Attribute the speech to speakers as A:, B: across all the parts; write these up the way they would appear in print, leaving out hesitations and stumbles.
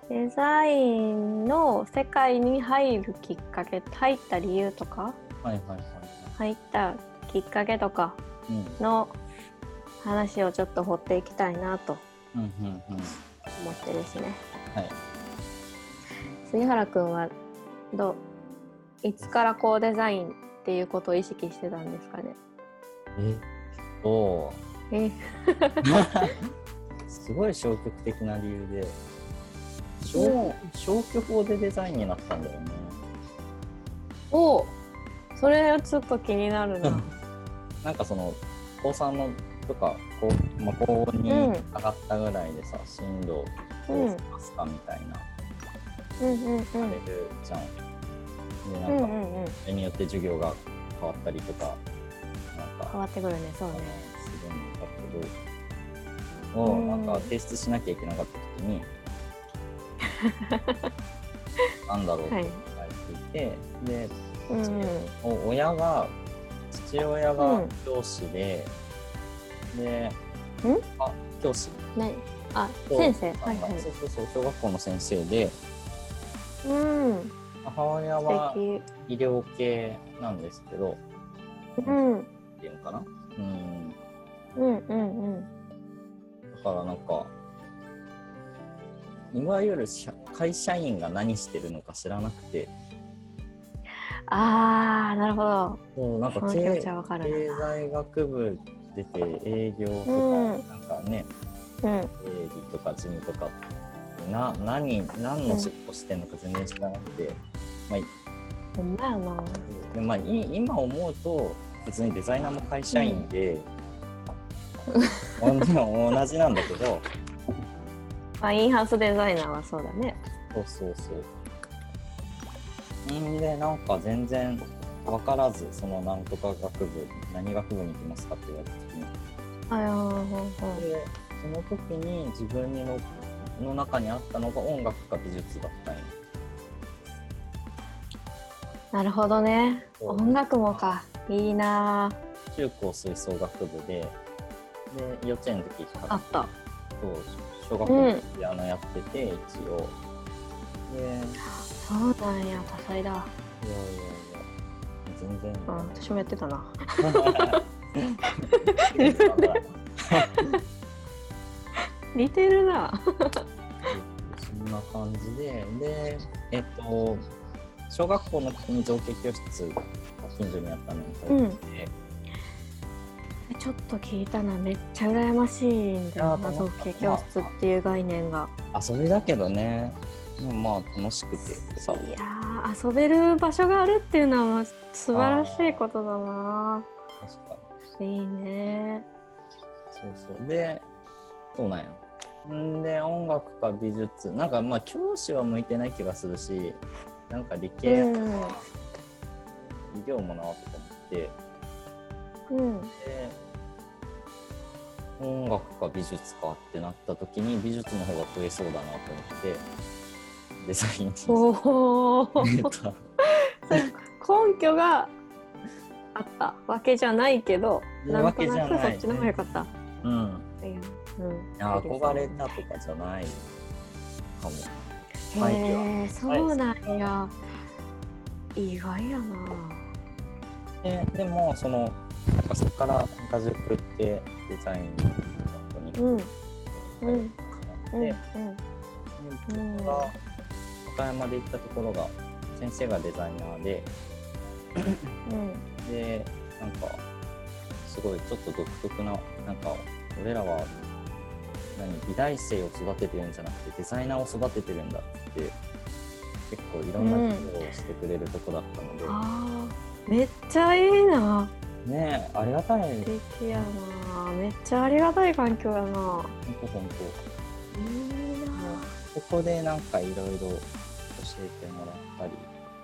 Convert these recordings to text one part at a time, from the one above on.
A: デザインの世界に入るきっかけ、入った理由とか、
B: はいはいはいはい。
A: 入ったきっかけとか
B: うん
A: の話をちょっと掘っていきたいなと
B: うんうんうん。
A: 思ってですね。
B: はい。
A: 杉原くんはいつからこうデザインっていうことを意識してたんですかね。
B: と
A: え
B: すごい消極的な理由で
A: お
B: 消去法でデザインになったんだよね。
A: お、それはちょっと気になるな。
B: なんかその高3のとか高2に上がったぐらいでさ、進路どうしますかみたいな
A: うんうんうん
B: されるじゃん。でなんかそれによって授業が変わったりとかなんか
A: 変わってくるね。そうね。
B: するんだけど、なんか提出しなきゃいけなかった時になんだろうって考えていて、で、父親が教師で、教師
A: ね、先生、はいはい、
B: そう小学校の先生で、母親は医療系なんですけど、っていうのかな、だからなんかいわゆる会社員が何してるのか知らなくて、
A: なるほど。
B: そうなんか経済学部出て営業とか、なんかね、経理とか事務とか何の仕事してんのか全然知らなくて、今思うと別にデザイナーも会社員で、同じなんだけど、
A: インハウスデザイナーはそうだね。
B: そうでなんか全然分からず、そのなんとか学部何学部に行きますかって言われた時に、でその時に自分の中にあったのが音楽か美術だったんよ。
A: なるほどね。音楽もか、いいな。
B: 中高吹奏楽部で幼稚園の時
A: あった。
B: 小学校でピアノやってて、一応
A: そうなんや、多彩だ。いや
B: 全然。
A: 私もやってたな。似てるな。
B: そんな感じで、小学校の時に造形教室が近所にあったのに入って、
A: ちょっと聞いたな。めっちゃ羨ましいんだよな、造形教室っていう概念が。
B: 遊びだけどね、楽しくてさ。
A: いや遊べる場所があるっていうのは素晴らしいことだな。
B: 確かに。
A: いいね。
B: そうで、そうなんや。で音楽か美術、なんか教師は向いてない気がするし、なんか理系医療もなとか思って、で音楽か美術かってなった時に美術の方が増えそうだなと思ってデザインに
A: 根拠があったわけじゃないけど、なんとなくそっちの方が良かった。
B: 憧れたとかじゃないかも。
A: そうなんや。意外やな。
B: でもそこから中塾ってデザインの学校にで僕が岡山で行ったところが先生がデザイナーで、でなんかすごいちょっと独特な、なんか俺らは美大生を育ててるんじゃなくてデザイナーを育ててるんだって結構いろんな授業をしてくれるとこだったので、
A: めっちゃいいな。
B: ねえ、ありがたい。
A: 素敵やな。めっちゃありがたい環境やな。
B: ほんといいな。ここでなんかいろいろ教えてもらったり、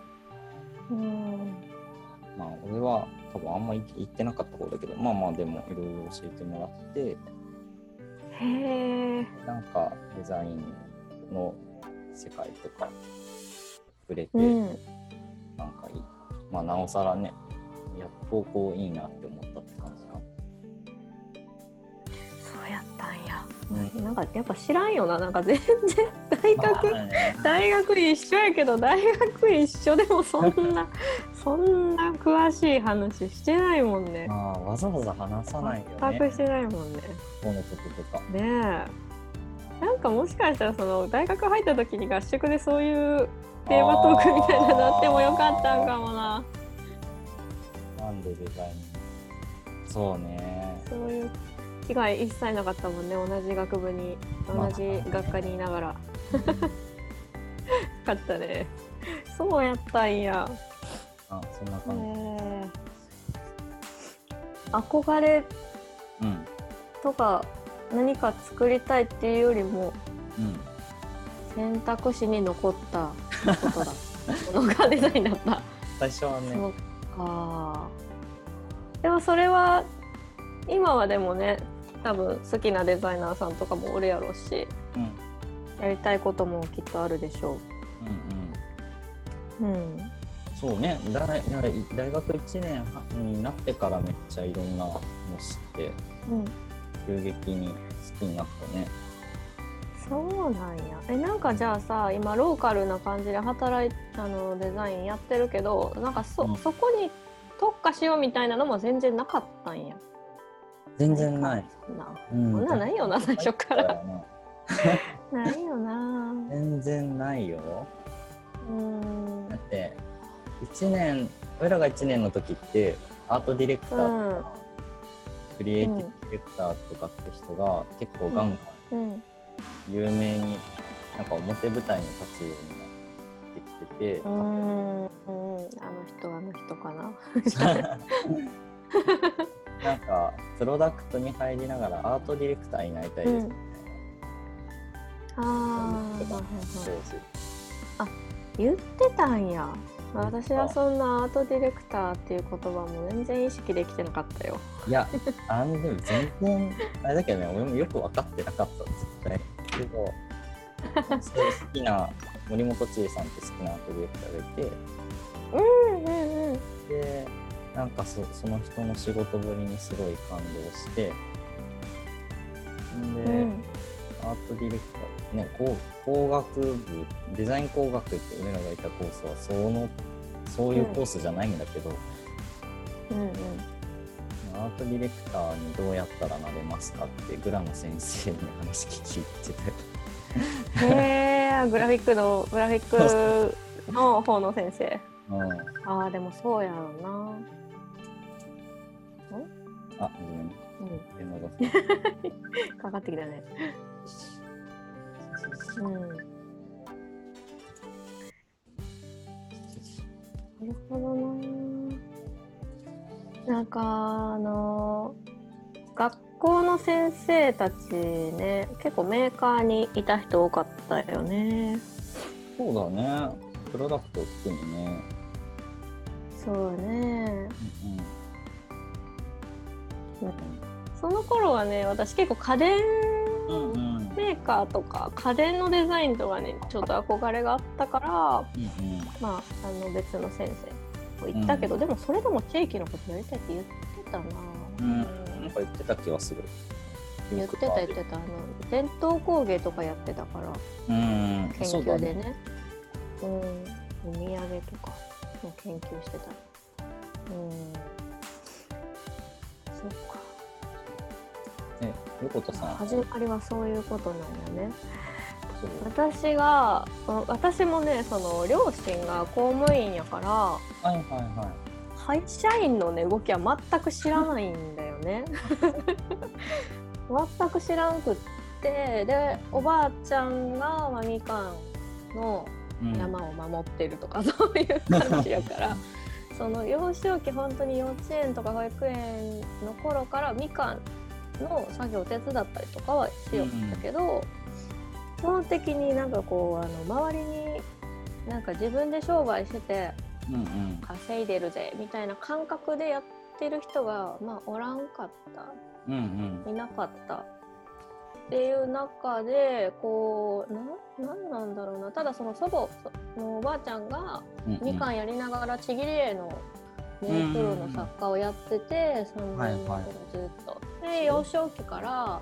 B: 俺は多分あんま行ってなかった方だけど、でもいろいろ教えてもらって、なんかデザインの世界とか触れて、なんかなおさらね、やっとこういいなって思ったって感じか。
A: そうやったんや。 なんかやっぱ知らんよな、なんか全然大学一緒やけど、大学一緒でもそんな詳しい話してないもんね。
B: わざわざ話さないよね。
A: 全くしてないもんね。
B: このこととか。
A: ねえ。なんかもしかしたらその大学入った時に合宿でそういうテーマトークみたいなのあってもよかったんかもな。
B: なんでデザイン。そうね。
A: そういう機会一切なかったもんね。同じ学部に、同じ学科にいながら。よかったね。そうやったんや。
B: そんな感じ。
A: 憧れとか何か作りたいっていうよりも、選択肢に残ったことだものがデザインだった。
B: 最初はね。
A: そうか。でもそれは今はでもね、多分好きなデザイナーさんとかもおるやろうし、やりたいこともきっとあるでしょう。
B: そうね、大学1年になってからめっちゃいろんなの知って、急激に好きになったね。そう
A: なんや。なんかじゃあさ、今ローカルな感じでデザインやってるけど、なんかそこに特化しようみたいなのも全然なかったんや。
B: 全然ない。
A: そんなないよな、最初から。ないよな。
B: 全然ないよ。だって俺らが1年の時ってアートディレクターとか、クリエイティブディレクターとかって人が結構ガンガン有名になんか表舞台に立つようになってきてて、
A: あの人かな。
B: なんかプロダクトに入りながらアートディレクターになりたいですみたいな。
A: 言ってたんや。私はそんなアートディレクターっていう言葉も全然意識できてなかったよ。
B: いや、でも全然あれだけどね、俺もよく分かってなかった絶対。けどそう好きな森本千恵さんって好きなアートディレクターがいて、でなんかその人の仕事ぶりにすごい感動して、で、アートディレクターね、工学部デザイン工学って俺らがいたコースはそういうコースじゃないんだけど、アートディレクターにどうやったらなれますかってグラの先生に話聞いてて。
A: へえ、グラフィックの方の先生。でもそうやろうな。
B: ごめん。
A: かかってきたね。なるほどな。なんか学校の先生たちね、結構メーカーにいた人多かったよね。
B: そうだね。プロダクトを作るね。
A: そうね。その頃はね、私結構家電メーカーとか家電のデザインとかにちょっと憧れがあったから、別の先生と言ったけど、でもそれでも地域のことやりたいって言ってたな。
B: なんか言ってた気がする。
A: 言ってた。伝統工芸とかやってたから、研究でね。お土産とかの研究してた。そうか。
B: 横田さん。
A: 始まりはそういうことなんやね。私もね、その両親が公務員やから、会社員のね動きは全く知らないんだよね。全く知らんくって、でおばあちゃんがみかんの山を守ってるとか、そういう感じやからその幼少期本当に幼稚園とか保育園の頃からみかんの作業を手伝ったりとかはしよったけど、基本的になんかこう周りになんか自分で商売してて稼いでるぜみたいな感覚でやってる人がおらんかった、いなかったっていう中で、こうなんなんだろうな、ただその祖母のおばあちゃんがみかんやりながらちぎり絵のネイプロの作家をやってて、3年ずっとで幼少期から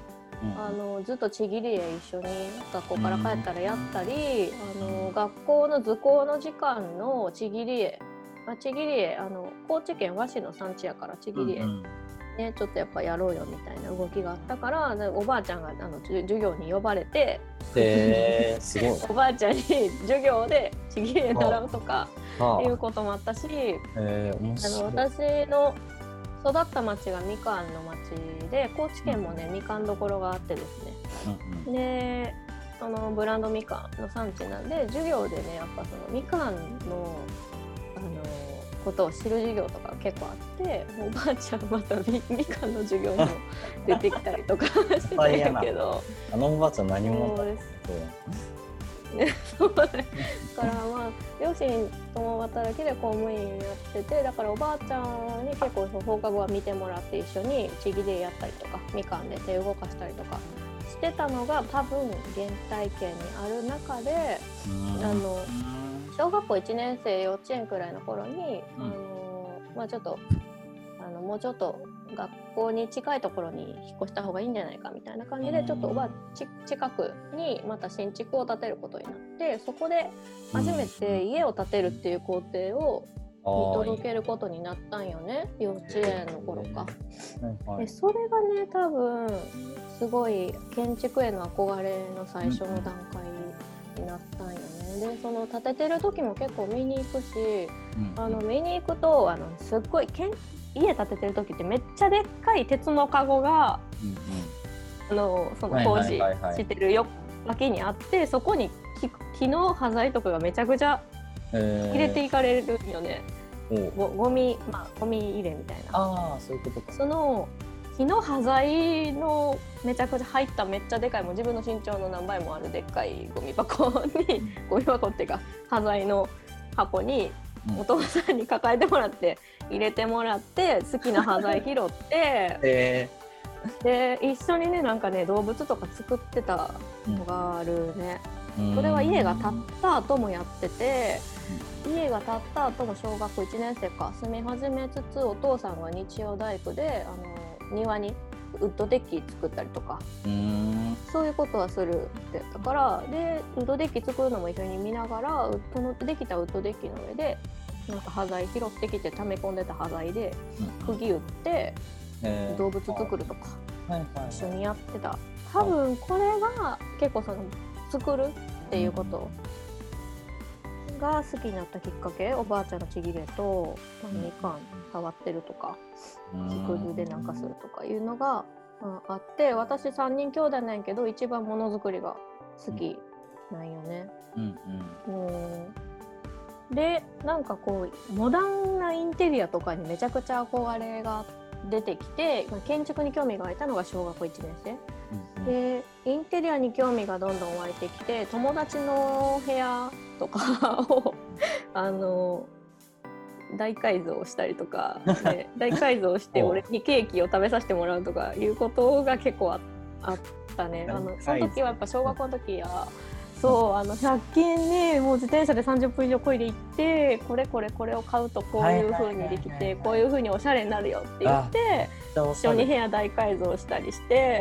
A: ずっとちぎり絵一緒に学校から帰ったらやったり、学校の図工の時間のちぎり絵、高知県和紙の産地やからちぎり絵、ね、ちょっとやっぱやろうよみたいな動きがあったから、おばあちゃんが授業に呼ばれて、
B: すごい
A: おばあちゃんに授業でちぎり絵習うとかいうこともあったし、私の育った町がみかんの町で、高知県もねみかんどころがあってですね、でそのブランドみかんの産地なんで、授業でねやっぱそのみかんのことを知る授業とか結構あって、おばあちゃんまた みかんの授業にも出てきたりとかしてたんやけど
B: おばあちゃん何も
A: そうですそうだからまあ両親共働きで公務員やってて、だからおばあちゃんに結構放課後は見てもらって一緒にちぎりやったりとかみかんで手動かしたりとかしてたのが多分原体験にある中で、小学校1年生幼稚園くらいの頃に、まあ、ちょっともうちょっと学校に近いところに引っ越した方がいいんじゃないかみたいな感じで、ちょっと近くにまた新築を建てることになって、そこで初めて家を建てるっていう工程を見届けることになったんよね、幼稚園の頃か。でそれがね多分すごい建築への憧れの最初の段階になったんよね。でその建ててる時も結構見に行くし、見に行くとすっごい家建ててる時ってめっちゃでっかい鉄のカゴが、その工事してる脇にあって、そこに木の端材とかがめちゃくちゃ入れていかれるよね。ゴミ入れみたいな。
B: そういうことか。
A: その木の端材のめちゃくちゃ入っためっちゃでかい、もう自分の身長の何倍もあるでっかいゴミ箱に、ゴミ箱っていうか端材の箱にお父さんに抱えてもらって入れてもらって、好きな端材拾って、で一緒にねなんかね動物とか作ってたのがあるね。それは家が建った後もやってて、家が建った後も小学校1年生か住み始めつつ、お父さんが日曜大工で庭にウッドデッキ作ったりとか、そういうことはするってやったから、でウッドデッキ作るのも一緒に見ながら、そのできたウッドデッキの上でなんか端材拾ってきて溜め込んでた端材で釘打って動物作るとか一緒にやってた。多分これが結構その作るっていうことが好きになったきっかけ、おばあちゃんのちぎれとみかん触ってるとか木くずでなんかするとかいうのがあって、私3人兄弟なんやけど一番ものづくりが好きなんよね。でなんかこうモダンなインテリアとかにめちゃくちゃ憧れが出てきて、建築に興味が湧いたのが小学校1年生で、インテリアに興味がどんどん湧いてきて、友達の部屋とかを大改造したりとか、ね、大改造して俺にケーキを食べさせてもらうとかいうことが結構あったね。その時はやっぱ小学校の時は100均にもう自転車で30分以上こいで行って、これを買うとこういう風にできて、こういう風におしゃれになるよって言って一緒に部屋大改造したりして、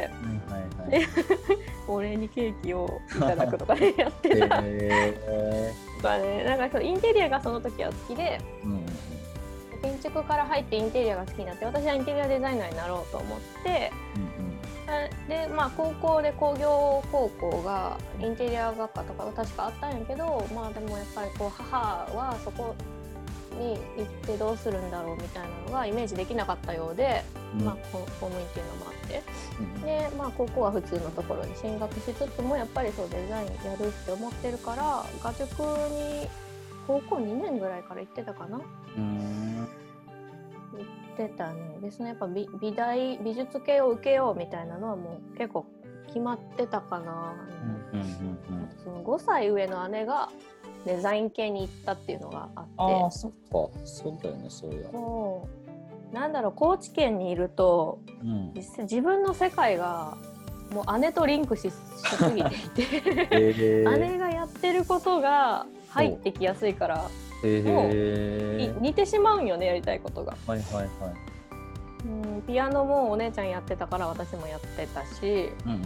A: でお礼にケーキをいただくとかねやってたとかね。なんかインテリアがその時は好きで、建築から入ってインテリアが好きになって、私はインテリアデザイナーになろうと思って、で高校で工業高校がインテリア学科とかが確かあったんやけど、でもやっぱりこう母はそこに行ってどうするんだろうみたいなのがイメージできなかったようで、公務員っていうのもあって、で高校は普通のところに進学しつつもやっぱりそうデザインやるって思ってるから、画塾に高校2年ぐらいから行ってたかな。行ってたね。でそのやっぱ美術系を受けようみたいなのはもう結構決まってたかな。その5歳上の姉がデザイン系に行ったっていうのがあって。
B: そっか、そうだよね、そうや。
A: なんだろう、高知県にいると、実際自分の世界がもう姉とリンクしすぎていて姉がやってることが入ってきやすいから、もう似てしまうんよね、やりたいことが。 ピアノもお姉ちゃんやってたから私もやってたし、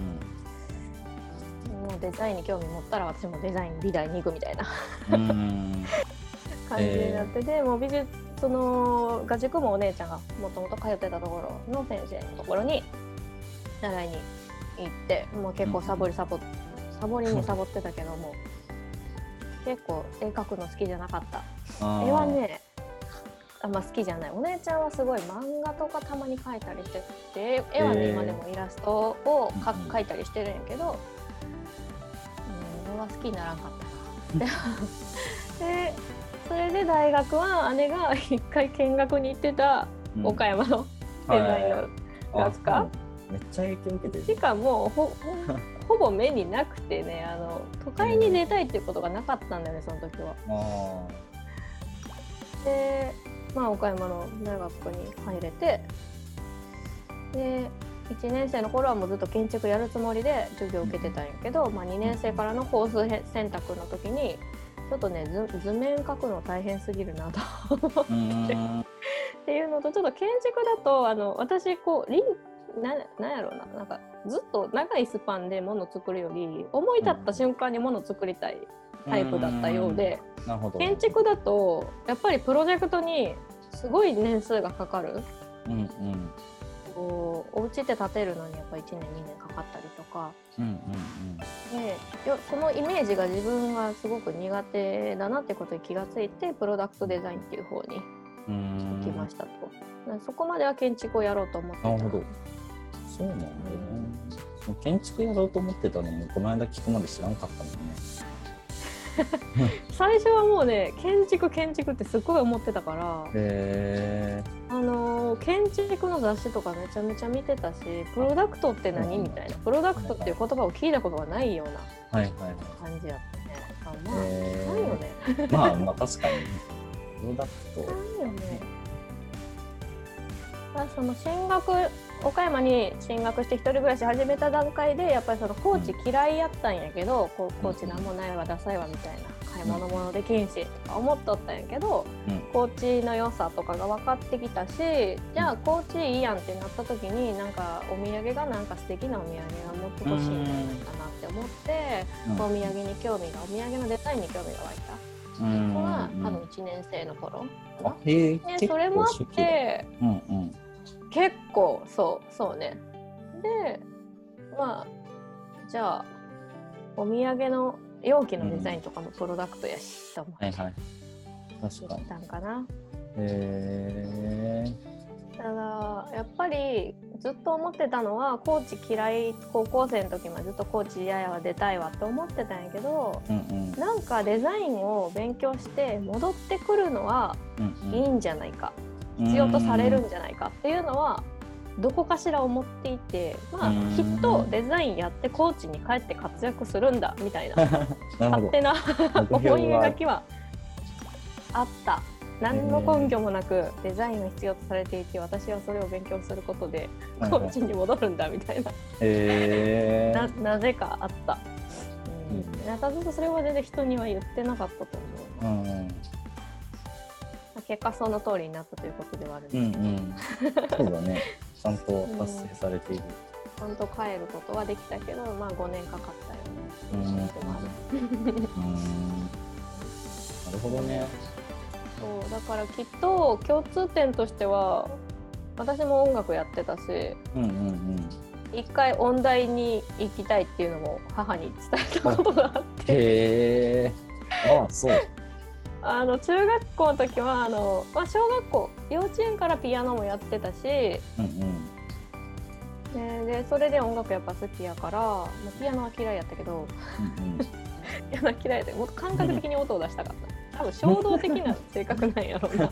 A: もうデザインに興味持ったら私もデザイン美大に行くみたいな感じになってて、もう美術の画塾もお姉ちゃんがもともと通ってたところの先生のところに習いに行って、もう結構サボりにサボってたけども結構絵描くの好きじゃなかった。絵はねあんま好きじゃない。お姉ちゃんはすごい漫画とかたまに描いたりしてて、絵はね、今でもイラストを描いたりしてるんやけど、絵は好きにならんかったなでそれで大学は姉が一回見学に行ってた岡山のデザインの学科、
B: めっちゃ影響受けてる。
A: しかもほぼ目になくてね、都会に出たいっていうことがなかったんだよね、その時は。で、岡山の大学に入れて、で1年生の頃はもうずっと建築やるつもりで授業を受けてたんやけど、2年生からのコース選択の時にちょっとね図面描くの大変すぎるなと思ってっていうのと、ちょっと建築だと私こうなんやろうな、なんかずっと長いスパンで物作るより思い立った瞬間に物作りたいタイプだったようで、建築だとやっぱりプロジェクトにすごい年数がかかる。お家って建てるのにやっぱ1年2年かかったりとか、でそのイメージが自分はすごく苦手だなってことに気がついて、プロダクトデザインっていう方に行きましたと。そこまでは建築をやろうと思ってた。
B: なるほど、そうなんだよね。建築やろうと思ってたのもこの間聞くまで知らんかったもんね
A: 最初はもうね建築ってすっごい思ってたから、建築の雑誌とかめちゃめちゃ見てたし、プロダクトって何みたいな、プロダクトっていう言葉を聞いたことがないような感じやったね。ないよね
B: まあ確かにプロダクト
A: ないよね。その岡山に進学して一人暮らし始めた段階でやっぱりその高知嫌いやったんやけど、高知なんもないわダサいわみたいな、買い物もできんしとか思っとったんやけど、高知の良さとかが分かってきたし、じゃあ高知いいやんってなった時になんかお土産がなんか素敵なお土産が持ってほしいんじゃないかなって思って、お土産のデザインに興味が湧いた。それは多分1年生の頃で、それもあって結構そうね。でじゃあお土産の容器のデザインとかもプロダクトやしと思って行ったんかな。ただやっぱりずっと思ってたのは高知嫌い、高校生の時までずっと高知嫌やわ出たいわって思ってたんやけど、なんかデザインを勉強して戻ってくるのはいいんじゃないか、必要とされるんじゃないかっていうのはどこかしら思っていて、きっとデザインやって高知に帰って活躍するんだみたいな勝手な思い描きはあった。何の根拠もなくデザインが必要とされていて、私はそれを勉強することで高知に戻るんだみたいな、なぜかあった。なんかずっとそれは全然人には言ってなかったと思う。結果その通りになったということではあるんですけど、
B: そうだね、ちゃんと達成されている。
A: ちゃんと帰ることはできたけど、5年かかったよね。
B: なるほどね。
A: そうだからきっと共通点としては私も音楽やってたし、一回音大に行きたいっていうのも母に伝えたことがあって。
B: そう。
A: 中学校の時は小学校幼稚園からピアノもやってたし、でそれで音楽やっぱ好きやから、ピアノは嫌いやったけどピアノは嫌いでもっと感覚的に音を出したかった。多分衝動的な性格なんやろうな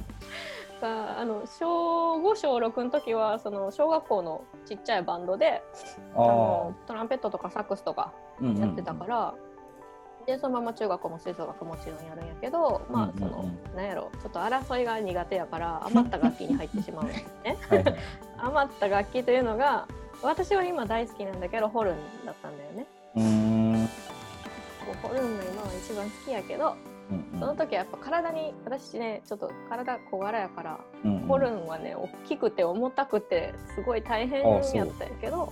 A: 小5小6の時はその小学校のちっちゃいバンドでトランペットとかサックスとかやってたから、でそのまま中学校も吹奏楽もちろんやるんやけど、なんやろちょっと争いが苦手やから余った楽器に入ってしまうんですね余った楽器というのが私は今大好きなんだけどホルンだったんだよね。ホルンが今は一番好きやけど、 その時はやっぱ体に、私ねちょっと体小柄やから、ホルンはね大きくて重たくてすごい大変やったんやけど、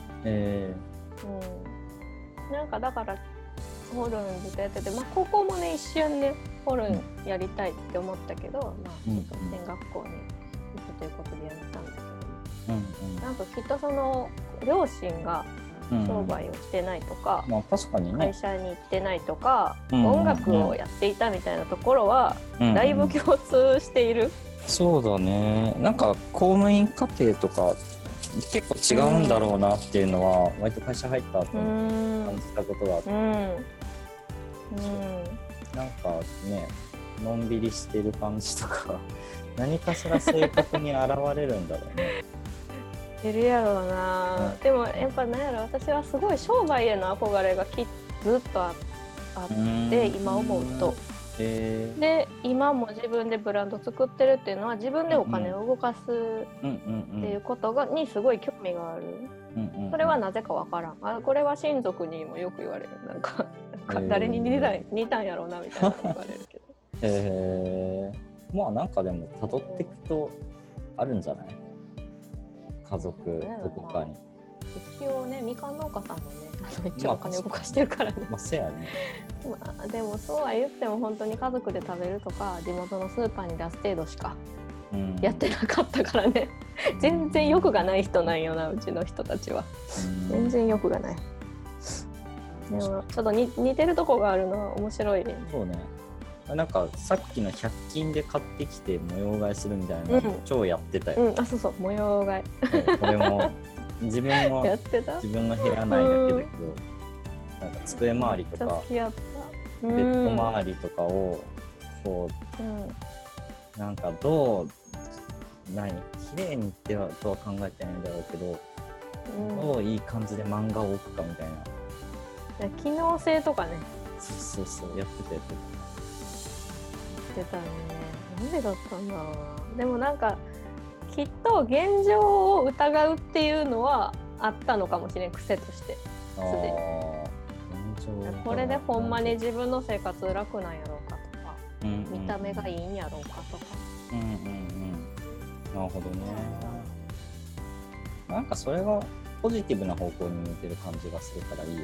A: なんかだからホルンずっとやってて、高校もね一瞬ねホルンやりたいって思ったけど、ちょっと専学校に行くということでやめたんだけど、なんかきっとその両親が商売をしてないとか、
B: 確かにね、
A: 会社に行ってないとか、音楽をやっていたみたいなところはだいぶ共通している。
B: そうだね。なんか公務員家庭とか結構違うんだろうなっていうのは、割と会社入った後に感じたことがあって、なんかね、のんびりしてる感じとか何かしら性格に現れるんだろうね。
A: いるやろうな、でもやっぱなんやろ、私はすごい商売への憧れがずっとあって今思うと、で今も自分でブランド作ってるっていうのは自分でお金を動かすっていうことにすごい興味がある。それはなぜかわからん。これは親族にもよく言われる。なんか誰に似たんやろうなみたいな言われるけど。
B: なんかでも辿っていくとあるんじゃない？家族どこかに。
A: 一応ね、みかん農家さんもね、一応お金動かしてるからね。
B: せやね。
A: でもそうは言っても本当に家族で食べるとか地元のスーパーに出す程度しかやってなかったからね、全然欲がない人なんよな、うちの人たちは。全然欲がない。でもちょっと似てるとこがあるのは面白いね。
B: そうね。なんかさっきの100均で買ってきて模様替えするみたいな、超やってたよ。
A: そう模様替
B: え。これも自分の
A: やってた？
B: 自分の部屋内だけだけど、なんか机周りとかベッド周りとかをこう、なんか綺麗にってはとは考えてないんだろうけど、どういい感じで漫画を置くかみたいな。
A: 機能性とかね。
B: そうやってた。
A: ね、なんでだったんだろうな。でもなんかきっと現状を疑うっていうのはあったのかもしれん、癖としてすでに。これでほんまに自分の生活楽なんやろうかとか、見た目がいいんやろうかとか。
B: なるほどね。なんかそれがポジティブな方向に向いてる感じがするからいいよね。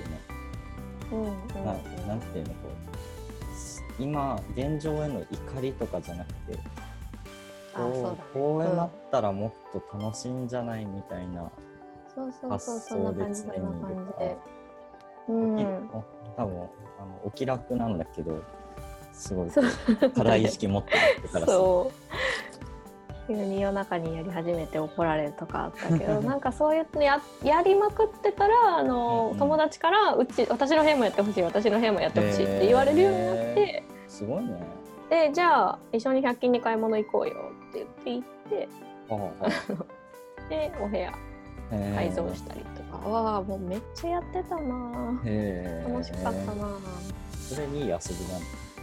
B: なんていうの、今現状への怒りとかじゃなくて、こうなったらもっと楽しいんじゃないみたいな発想で常にいるから、多分お気楽なんだけど、すごい課題意識持ってるからさ。
A: 急に夜中にやり始めて怒られるとかあったけどなんかそういうの やりまくってたら友達から私の部屋もやってほしい、私の部屋もやってほしいって言われるようになって、
B: すごいね。
A: でじゃあ一緒に100均に買い物行こうよって言って行ってでお部屋改造したりとかはもうめっちゃやってたな。楽しかったな。
B: それにいい遊びなの？